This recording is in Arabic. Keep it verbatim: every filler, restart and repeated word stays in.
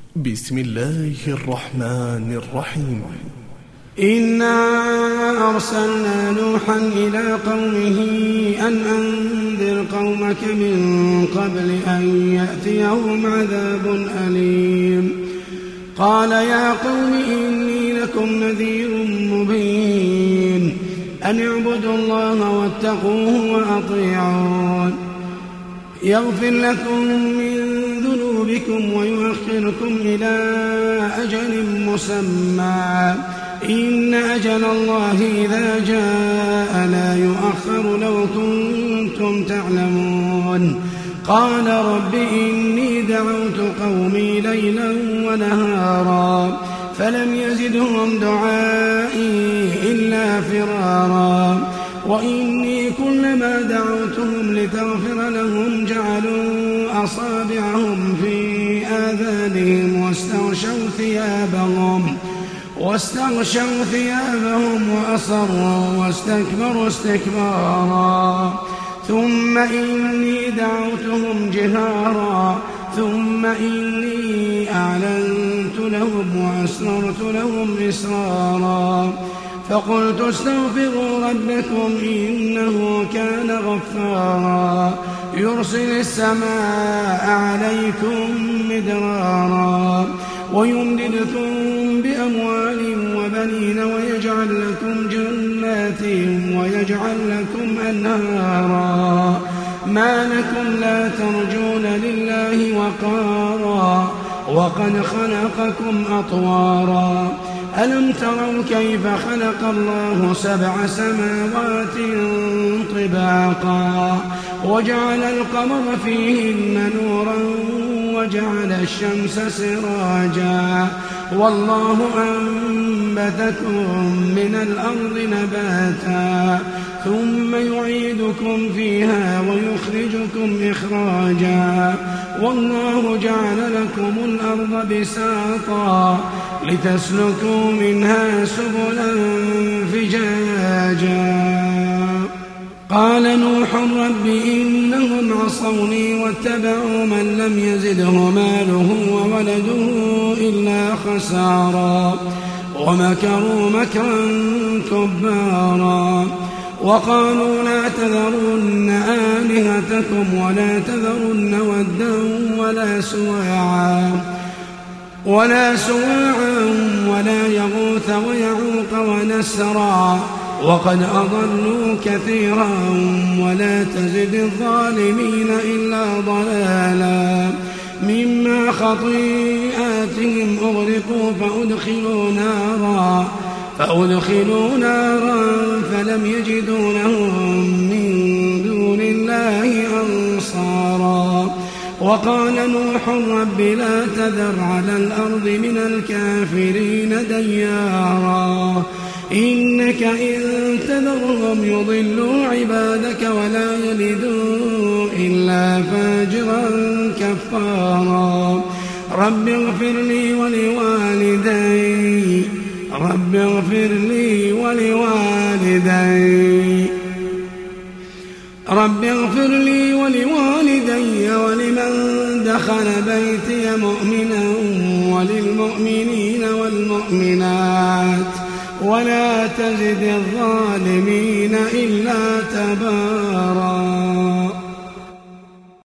بسم الله الرحمن الرحيم. إنا أرسلنا نوحا إلى قومه أن أنذر قومك من قبل أن يأتيهم عذاب أليم. قال يا قوم إني لكم نذير مبين أن اعبدوا الله واتقوه وأطيعون يغفر لكم من ذنوبكم ويؤخركم إلى أجل مسمى إن أجل الله إذا جاء لا يؤخر لو كنتم تعلمون. قال رب إني دعوت قومي ليلا ونهارا فلم يزدهم دعائي إلا فرارا وإني كلما دعوتهم لتغفر لهم جعلوا أصابعهم في آذانهم واستغشوا ثيابهم واستغشوا ثيابهم وأصروا واستكبروا استكبارا ثم إني دعوتهم جهارا ثم إني أعلنت لهم وأسررت لهم إسرارا فقلت استغفروا ربكم إنه كان غفارا يرسل السماء عليكم مدرارا ويمددكم بأموال وبنين ويجعل لكم جنات ويجعل لكم أنهارا ما لكم لا ترجون لله وقارا وقد خلقكم أطوارا ألم تروا كيف خلق الله سبع سماوات طباقا وجعل القمر فيهن نورا وجعل الشمس سراجا والله أنبتكم من الأرض نباتا ثم يعيدكم فيها ويخرجكم إخراجا والله جعل لكم الأرض بساطا لتسلكوا منها سبلا فجاجا. قال نوح رب إنهم عصوني واتبعوا من لم يزده ماله وولده إلا خسارا ومكروا مكرا كبارا وقالوا لا تذرن آلهتكم ولا تذرن ودا ولا سواعا ولا سواعا ولا يغوث ويعوق ونسرا وقد أضلوا كثيرا ولا تزد الظالمين إلا ضلالا مما خطيئاتهم أغرقوا فأدخلوا نارا فأدخلوا نارا فلم يجدوا لهم من دون الله أنصارا وقال نوح رب لا تذر على الأرض من الكافرين ديارا إنك إن تذرهم يضلوا عبادك ولا يلدوا إلا فاجرا كفارا رب اغفر لي ولوالدي رب اغفر لي ولوالدي رب اغفر لي ولوالدي ولمن دخل بيتي مؤمنا وللمؤمنين والمؤمنات ولا تزد الظالمين إلا تبارا.